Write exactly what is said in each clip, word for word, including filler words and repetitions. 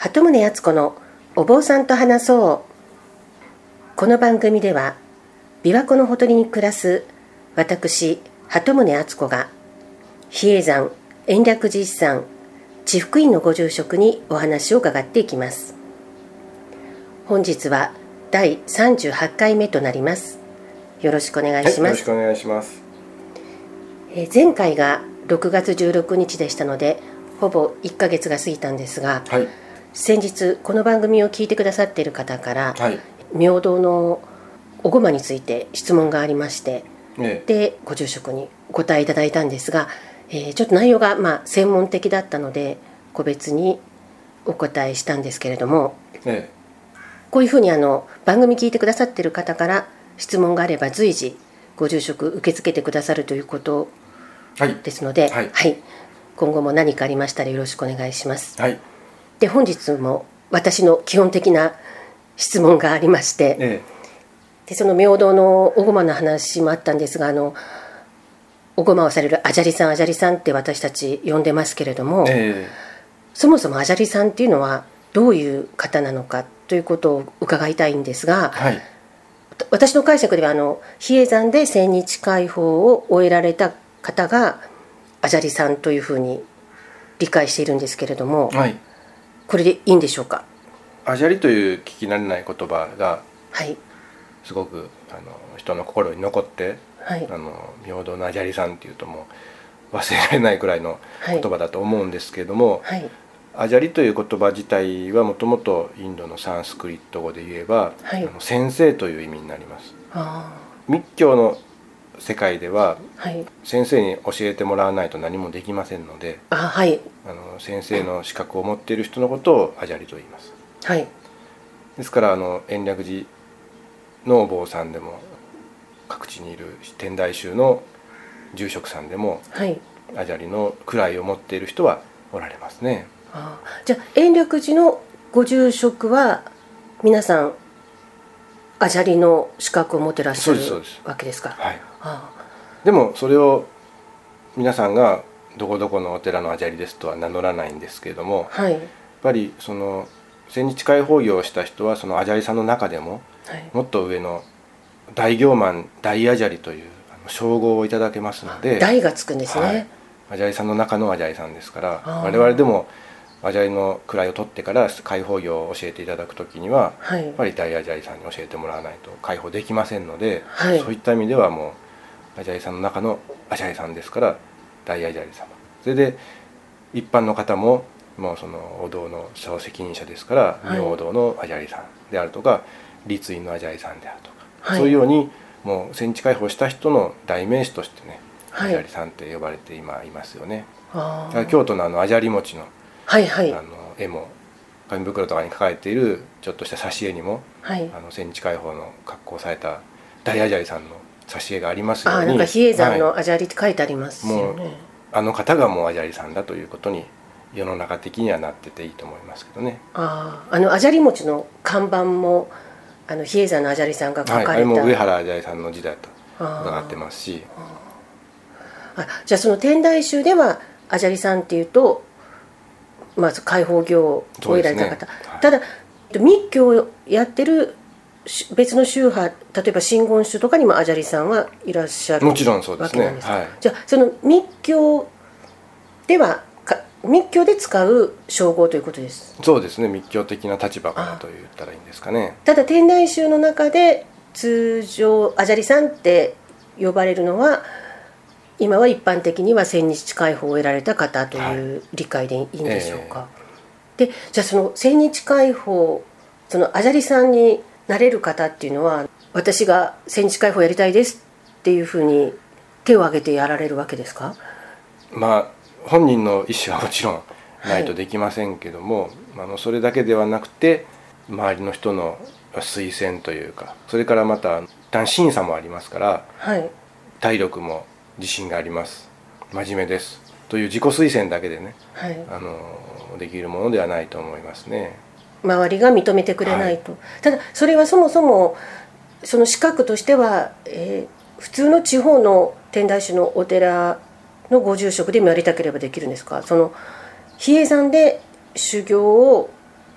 鳩宗敦子のお坊さんと話そう。この番組では琵琶湖のほとりに暮らす私鳩宗敦子が比叡山延暦寺一山地福院のご住職にお話を伺っていきます。本日はだいさんじゅうはちかいめとなります。よろしくお願いします。 はい、よろしくお願いします。 えー前回がろくがつじゅうろくにちでしたのでほぼいっかげつが過ぎたんですが、 はい、 先日この番組を聞いてくださっている方から、 はい、 明道のおごまについて質問がありまして、 ええ、 でご住職にお答えいただいたんですが、えーちょっと内容がまあ専門的だったので個別にお答えしたんですけれども、 えこういうふうにあの番組聞いてくださっている方から質問があれば随時ご住職受け付けてくださるということえ、はい、 ですので、 はいはい今後も何かありましたらよろしくお願いします。 はい、 で本日も私の基本的な質問がありまして、 えでその明道のおごまの話もあったんですが、あのおごまをされるあじゃりさんあじゃりさんって私たち呼んでますけれども、 え、えそもそもあじゃりさんっていうのはどういう方なのかということを伺いたいんですが、 え、はい、 私の解釈ではあの比叡山で千日開放を終えられた方があじゃりさんというふうに理解しているんですけれども、 はい、 これでいいんでしょうか。 あじゃりという聞き慣れない言葉がはいすごくあの人の心に残って、 はいあの明道のあじゃりさんっていうともう忘れられないくらいの言葉だと思うんですけれども、 はい、 あじゃりという言葉自体はもともとインドのサンスクリット語で言えば、 はい、 あの先生という意味になります。 あ密教の世界ではーはい先生に教えてもらわないと何もできませんので、 あはいあの先生の資格を持っている人のことをあじゃりと言います。 はいですからあの延暦寺のお坊さんでも各地にいる天台宗の住職さんでもはいあじゃりの位を持っている人はおられますね。 あじゃあ延暦寺のご住職は皆さんあじゃりの資格を持ってらっしゃるそうですそうですわけですか。 はい、 あでもそれを皆さんがどこどこのお寺のあじゃりですとは名乗らないんですけれども、 はいやっぱりその千日開放業をした人はそのあじゃりさんの中でもはいもっと上の大行満大あじゃりというあの称号をいただけますので、 代がつくんですね。 はい、あじゃりさんの中のあじゃりさんですからあー我々でもあじゃりの位を取ってから開放業を教えていただくときにははいやっぱり大あじゃりさんに教えてもらわないと開放できませんので、 はいそういった意味ではもうあじゃりさんの中のあじゃりさんですから大あじゃり様、それで一般の方ももうそのお堂の総責任者ですからはい明王堂のあじゃりさんであるとか立院のあじゃりさんであるとか、 はいそういうようにもう千日開放した人の代名詞としてね、 はいあじゃりさんって呼ばれて今いますよね。 あーだから京都のあのあじゃり餅のはいはいあの絵も紙袋とかに書かれているちょっとした挿絵にもはいあの千日開放の格好された大あじゃりさんの挿絵がありますように、 あなんか比叡山はいのあじゃりって書いてありますよもうね。 あの方がもうあじゃりさんだということに世の中的にはなってていいと思いますけどね。 ああのあじゃり餅の看板もあの比叡山のあじゃりさんが書かれた、 はい、あれも上原あじゃりさんの時代とあー伺ってますし、 あじゃあその天台宗ではあじゃりさんっていうとまず開放業を終えられた方、 そうですねはいただ密教をやってるし別の宗派、例えば真言宗とかにもあじゃりさんはいらっしゃるもちろんそうですねわけなんですか。 はい、 じゃあその密教ではか密教で使う称号ということです。 そうですね、密教的な立場かなと言ったらいいんですかね。 ただ天台宗の中で通常あじゃりさんって呼ばれるのは今は一般的には千日開放を得られた方という理解でいいんでしょうか。でじゃあその千日開放、そのあじゃりさんになれる方っていうのは私が千日開放やりたいですっていうふうに手を挙げてやられるわけですか。 まあ本人の意思はもちろんないとできませんけども、はい、あのそれだけではなくて周りの人の推薦というか、それからまた単審査もありますから、 はい、 体力も自信があります、真面目ですという自己推薦だけでね、 はい、 あのできるものではないと思いますね。 周りが認めてくれないと、はい、ただそれはそもそもその資格としては、えー、普通の地方の天台宗のお寺のご住職でもやりたければできるんですか。その比叡山で修行を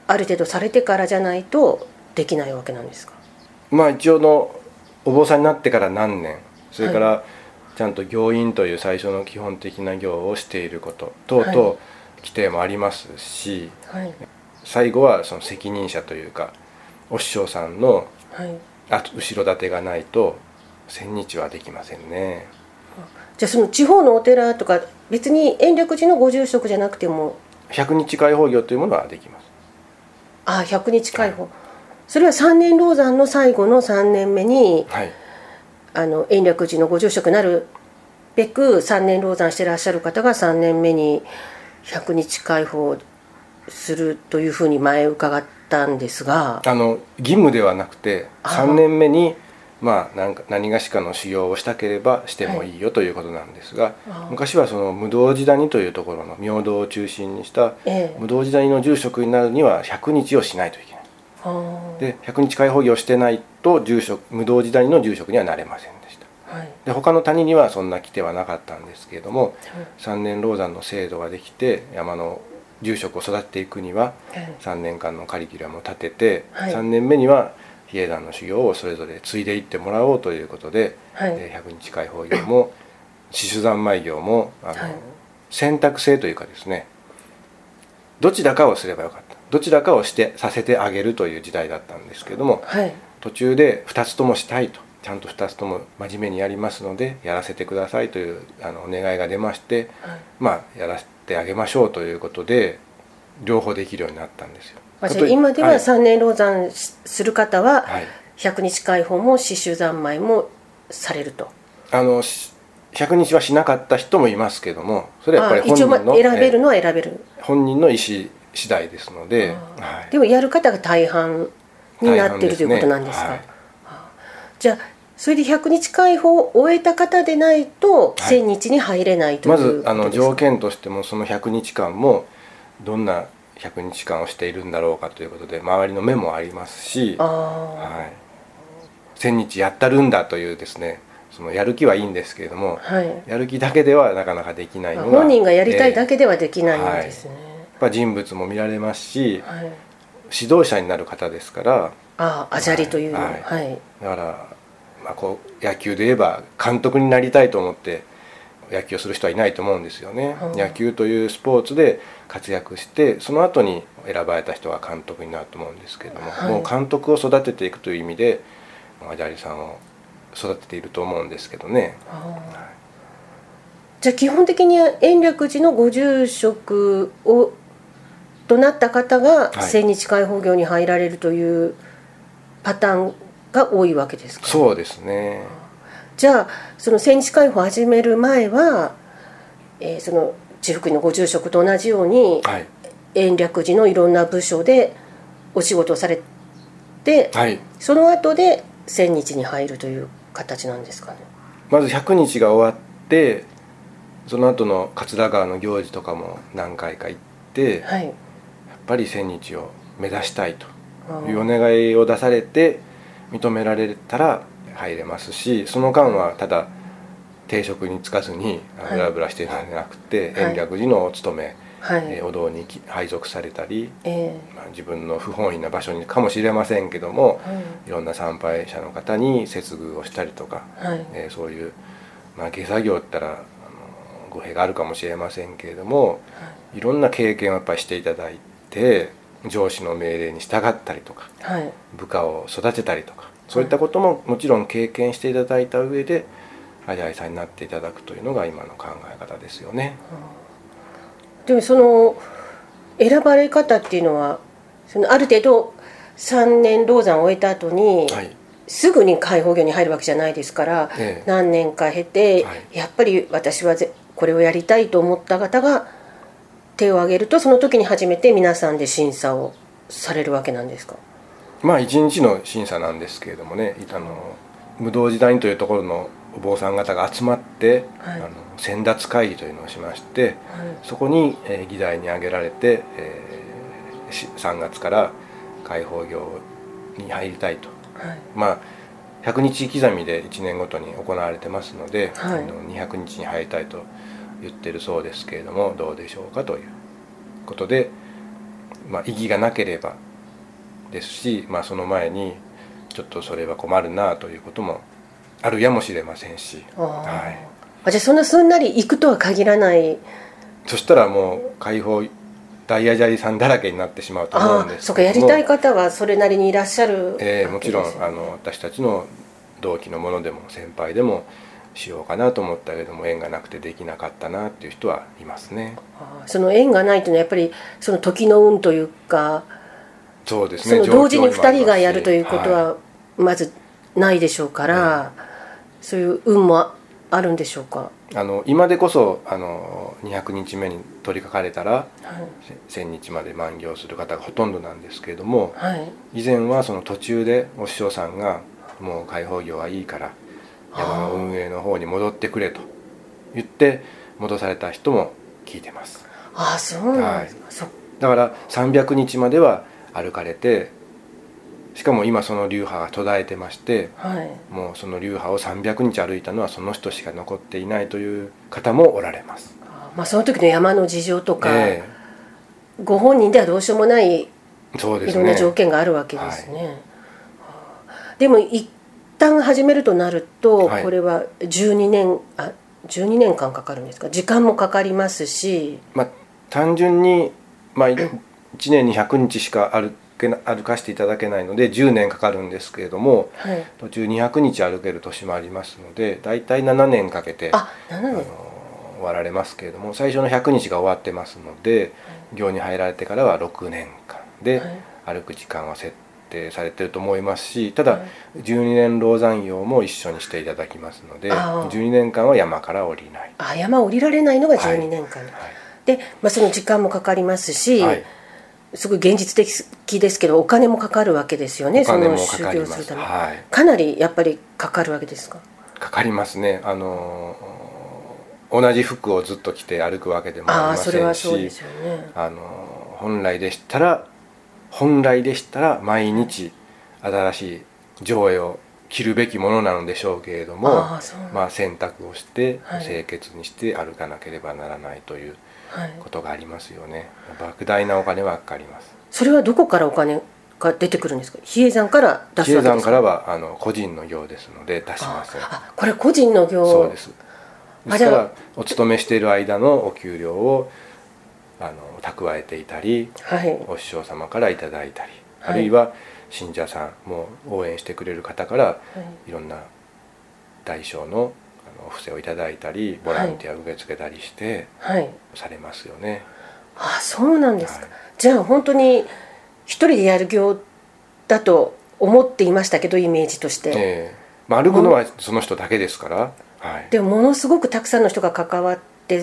ある程度されてからじゃないとできないわけなんですか？ まあ一応のお坊さんになってから何年、それからちゃんと行員という最初の基本的な行をしていること等々、はい、規定もありますし、はい、最後はその責任者というかお師匠さんの、はい、あ後ろ盾がないと千日はできませんね。 じゃあその地方のお寺とか別に延暦寺のご住職じゃなくても百日開放業というものはできます。 ああ、百日開放、はい、それは三年籠山の最後のさんねんめに、はい、あの延暦寺のご住職になるべくさんねん籠山してらっしゃる方がさんねんめに百日開放するというふうに前伺ったんですが、 あの義務ではなくてさんねんめにまあ、なんか何がしかの修行をしたければしてもいいよということなんですが、はい、昔はその無道寺谷というところの明道を中心にした無道寺谷の住職になるにはひゃくにちをしないといけない、ええ、で百日開放業をしてないと住職無道寺谷の住職にはなれませんでした、はい、で他の谷にはそんな規定はなかったんですけれども、はい、三年籠山の制度ができて山の住職を育てていくにはさんねんかんのカリキュラムを立てて、はい、さんねんめには比叡山の修行をそれぞれ継いでいってもらおうということで、はい、百日開放業も四種三昧業もあの、はい、選択制というかですね、どちらかをすればよかった、どちらかをしてさせてあげるという時代だったんですけれども、はい、途中でふたつともしたいと、ちゃんとふたつとも真面目にやりますのでやらせてくださいというあのお願いが出まして、はい、まあやらせてあげましょうということで両方できるようになったんですよ。 じゃあ今ではさんねん籠山する方は百日開放も四種三昧もされると。 あの百日はしなかった人もいますけども、それはやっぱり本人の選べるのは選べる、 本人の意思次第ですので、 はい、でもやる方が大半になっているということなんですか。はい、じゃあそれで百日開放を終えた方でないと千日に入れないということですか。 まずあの条件としてもその百日間もどんな百日間をしているんだろうかということで周りの目もありますし、はい、千日やったるんだというですね、そのやる気はいいんですけれども、はい、やる気だけではなかなかできないのが本人がやりたいだけではできないんですね、はい、 やっぱ人物も見られますし、はい、指導者になる方ですから、 ああ、アジャリというの、 はいはい、だから、まあ、こう野球で言えば監督になりたいと思って野球をする人はいないと思うんですよね、うん、野球というスポーツで活躍してその後に選ばれた人が監督になると思うんですけれども、はい、もう監督を育てていくという意味でアジャリさんを育てていると思うんですけどね、はい、 じゃあ基本的に延暦寺のご住職をとなった方が千日開放業に入られるというパターンが多いわけですか。 そうですね。 じゃあその千日開放を始める前は、えー、その地福のご住職と同じように、はい、延暦寺のいろんな部署でお仕事をされて、はい、その後で千日に入るという形なんですかね。 まず百日が終わってその後の桂川の行事とかも何回か行って、はい、やっぱり千日を目指したいというお願いを出されて認められたら入れますし、その間はただ定職に就かずにブラブラしているのではなくて、はい、延暦寺のお勤め、はい、お堂に配属されたり、えーまあ、自分の不本意な場所にかもしれませんけども、はい、いろんな参拝者の方に接遇をしたりとか、はいえー、そういう、まあ、下作業って言ったらあの語弊があるかもしれませんけれども、はい、いろんな経験をやっぱりしていただいて上司の命令に従ったりとか、はい、部下を育てたりとかそういったことももちろん経験していただいた上でアジャリさんになっていただくというのが今の考え方ですよね。 でもその選ばれ方っていうのはそのある程度さんねん籠山を終えた後に、はい、すぐに開放業に入るわけじゃないですから、ええ、何年か経て、はい、やっぱり私はこれをやりたいと思った方が手を挙げるとその時に初めて皆さんで審査をされるわけなんですか。 まあ一日の審査なんですけれどもね、あの無道寺谷というところのお坊さん方が集まって、はい、あの先達会議というのをしまして、はい、そこに、えー、議題に挙げられて、えー、さんがつから開放業に入りたいと、はい、まあひゃくにち刻みでいちねんごとに行われてますので、はい、あのにひゃくにちに入りたいと言ってるそうですけれどもどうでしょうかということでまあ、意義がなければですし、まあ、その前にちょっとそれは困るなということもあるやもしれませんし、はい、 あ、じゃあそんなすんなり行くとは限らない。 そしたらもう開放大アジャリさんだらけになってしまうと思うんですけども、 あ、そうか、やりたい方はそれなりにいらっしゃる、 えー、もちろんあの私たちの同期の者でも先輩でもしようかなと思ったけども縁がなくてできなかったなっていう人はいますね。 あ、その縁がないというのはやっぱりその時の運というか、 そうですね、 その同時にふたりがやるということははまずないでしょうから、はい、そういう運もあるんでしょうか。 あの今でこそあのにひゃくにちめに取り掛かれたら、はい、せんにちまで満行する方がほとんどなんですけれども、はい、以前はその途中でお師匠さんがもう開放業はいいから山の運営の方に戻ってくれと言って戻された人も聞いてます。 ああ、そうなんですか。はい、そだからさんびゃくにちまでは歩かれて、しかも今その流派が途絶えてまして、はい、もうその流派をさんびゃくにち歩いたのはその人しか残っていないという方もおられます。 あ、まあ、その時の山の事情とか、えー、ご本人ではどうしようもないそうですね、 いろんな条件があるわけですね。はい、でも一旦始めるとなると、はい、これはじゅうにねんあじゅうにねんかんかかるんですか。時間もかかりますし、 まあ、単純に、まあ、いちねんにひゃくにちしか歩歩かせていただけないのでじゅうねんかかるんですけれども、はい、途中にひゃくにち歩ける年もありますのでだいたいななねんかけてあななねんあの終わられますけれども、最初のひゃくにちが終わってますので、はい、行に入られてからはろくねんかんで歩く時間は設定されていると思いますし、ただ、はい、じゅうにねん籠山行も一緒にしていただきますのでじゅうにねんかんは山から降りない。 あ、山降りられないのがじゅうにねんかん、はいはい、で、まあ、その時間もかかりますし、はい、すごい現実的ですけどお金もかかるわけですよね。 お金もかかります。 その修行するため、 はい、 かなりやっぱりかかるわけですか。 かかりますね。あの同じ服をずっと着て歩くわけでもありませんし、あ、それはそうですよね。あの本来でしたら本来でしたら毎日新しい上衣を着るべきものなのでしょうけれども、あ、まあ、洗濯をして清潔にして歩かなければならないということがありますよね。はい、莫大なお金はかかります。 それはどこからお金が出てくるんですか。比叡山から出すわけですか。 比叡山からはあの個人の業ですので出しません。 ああ、これ個人の業。 そうです。ですからお勤めしている間のお給料をあの蓄えていたり、はい、お師匠様からいただいたり、はい、あるいは信者さんも応援してくれる方から、はい、いろんな大小のお布施をいただいたりボランティアを受け付けたりして、はい、されますよね。 あ、そうなんですか。はい、じゃあ本当に一人でやる業だと思っていましたけどイメージとして、 えーまあ、歩くのはその人だけですから、はい、 でもものすごくたくさんの人が関わって、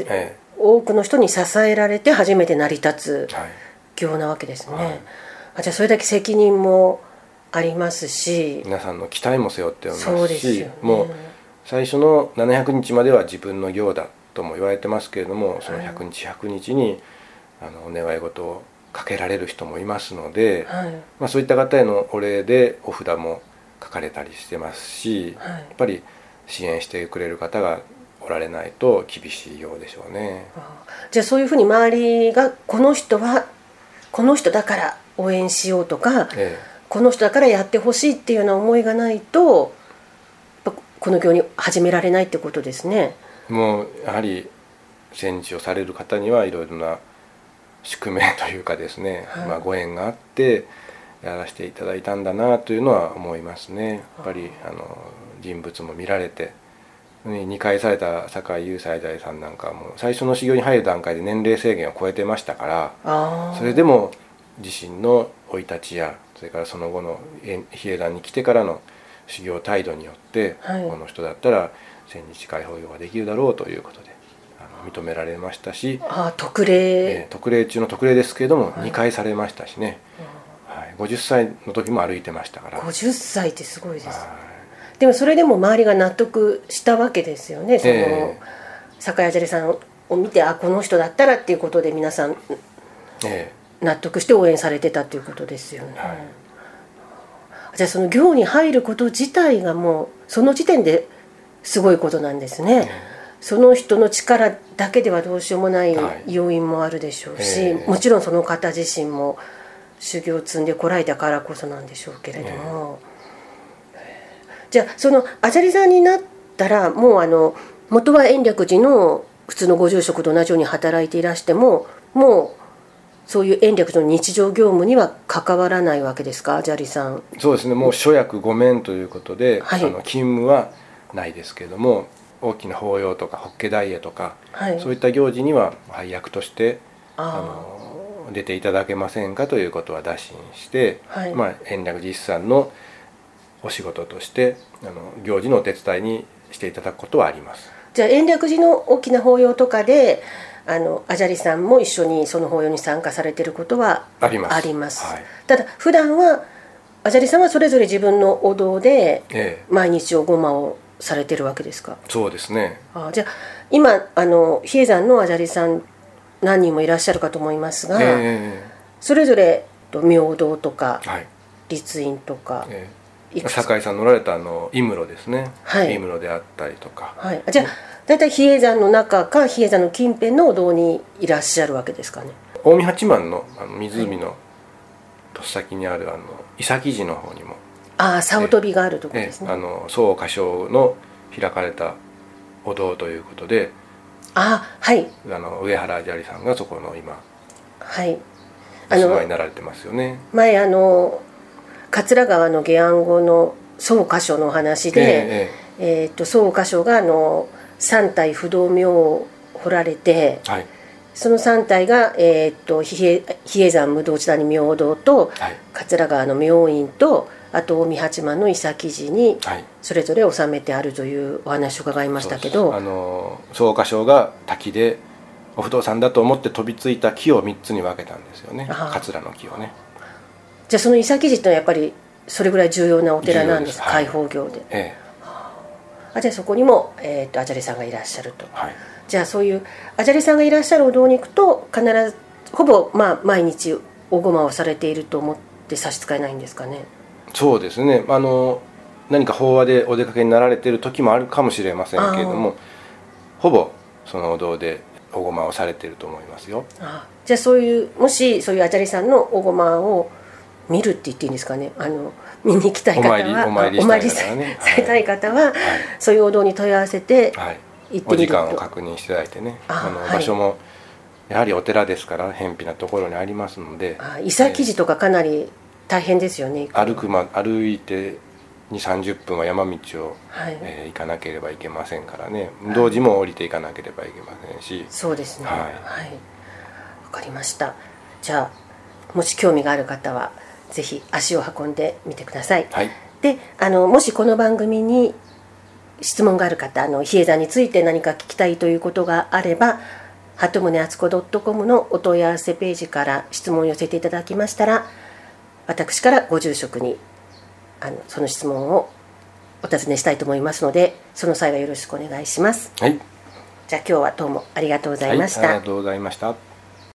えー、多くの人に支えられて初めて成り立つ業なわけですね。はい、あ、じゃあそれだけ責任もありますし皆さんの期待も背負っておりますし、ね、もう最初のななひゃくにちまでは自分の業だとも言われてますけれども、そのひゃくにちひゃくにちにあのお願い事をかけられる人もいますので、はい、まあ、そういった方へのお礼でお札も書かれたりしてますし、はい、やっぱり支援してくれる方がおられないと厳しいようでしょうね。 あ、じゃあそういうふうに周りがこの人はこの人だから応援しようとか、ええ、この人だからやってほしいっていうような思いがないとこの業に始められないってことですね。 もうやはり戦地をされる方にはいろいろな宿命というかですね、はい、まあ、ご縁があってやらせていただいたんだなというのは思いますね。やっぱりあの人物も見られてにかいされた坂井雄斎大さんなんかはもう最初の修行に入る段階で年齢制限を超えてましたから、それでも自身の生い立ちやそれからその後の比叡山に来てからの修行態度によって、はい、この人だったら千日開放業ができるだろうということであの認められましたし、 あ、特例、 えー、特例中の特例ですけれども、はい、にかいされましたしね、はい、ごじゅっさいの時も歩いてましたから。 ごじゅっさいってすごいです。はい、でもそれでも周りが納得したわけですよね。その、えー、坂井あじゃりさんを見て、あ、この人だったらっていうことで皆さん、えー、納得して応援されてたっていうことですよね。はい、じゃあその業に入ること自体がもうその時点ですごいことなんですね。 その人の力だけではどうしようもない要因もあるでしょうし、 はいえー、 もちろんその方自身も修行を積んでこられたからこそなんでしょうけれども、えー、じゃあそのアジャリさんになったらもうあの元は延暦寺の普通のご住職と同じように働いていらしてももうそういう延暦寺の日常業務には関わらないわけですか、アジャリさん。 そうですね、もう諸役御免ということで、はい、あの勤務はないですけれども、大きな法要とか法華大会とか、はい、そういった行事には配役としてあの出ていただけませんかということは打診して、はい、まあ、延暦寺一さんのお仕事としてあの行事のお手伝いにしていただくことはあります。 じゃあ延暦寺の大きな法要とかであのアジャリさんも一緒にその法要に参加されていることはあります。あります、はい、ただ普段はアジャリさんはそれぞれ自分のお堂で毎日おごまをされてるわけですか。 ええ、そうですね。 あ、じゃあ今あの比叡山のアジャリさん何人もいらっしゃるかと思いますが、ええ、それぞれ明堂とか、はい、立院とか、ええ、酒井さん乗られたあの井室ですね、はい、井室であったりとか、 はい、じゃあ大体比叡山の中か比叡山の近辺のお堂にいらっしゃるわけですかね。 近江八幡 の, あの湖のとっさきにあるあの伊崎寺の方にも、 ああ早飛びがあるところですね。 あの総歌唱の開かれたお堂ということで、 あ、はい、 あの上原アジャリさんがそこの今、 はい、 お住まいになられてますよね。 前あの桂川の下安後の総歌唱のお話で、えーえー、と総歌唱があの三体不動明を彫られて、はい、その三体が、えー、と比叡山無道地谷明堂と、はい、桂川の明院とあと近江八幡の伊崎寺にそれぞれ収めてあるというお話を伺いましたけど、 あの総歌唱が滝でお不動産だと思って飛びついた木をみっつに分けたんですよね、桂の木をね。じゃあその伊崎寺ってのはやっぱりそれぐらい重要なお寺なんですか、開放業で、ええ、あ、じゃあそこにも、えー、とアジャリさんがいらっしゃると、はい、じゃあそういうアジャリさんがいらっしゃるお堂に行くと必ずほぼ、まあ、毎日おごまをされていると思って差し支えないんですかね。 そうですね、あの何か法話でお出かけになられている時もあるかもしれませんけれども、ほぼそのお堂でおごまをされていると思いますよ。 ああ、じゃあそういうもしそういうアジャリさんのおごまを見るって言っていいんですかね、あの見に行きたい方はお参りしたい方はね、 されたい方は、はい、そういうお堂に問い合わせて行ってみると、 はい、お時間を確認していただいてね、あの、はい、場所もやはりお寺ですから偏僻なところにありますので、 あ、伊崎寺とかかなり大変ですよね。 歩く、ま、歩いてにじゅうさんじゅっぷんは山道を、はい、えー、行かなければいけませんからね、無道寺も降りていかなければいけませんし、はい、 そうですね、はい、はい、分かりました。じゃあもし興味がある方はぜひ足を運んでみてください、はい、であのもしこの番組に質問がある方、あの比叡山について何か聞きたいということがあれば鳩宗敦子 .com のお問い合わせページから質問を寄せていただきましたら、私からご住職にあのその質問をお尋ねしたいと思いますので、その際はよろしくお願いします。はい、じゃあ今日はどうもありがとうございました。 はい、ありがとうございました。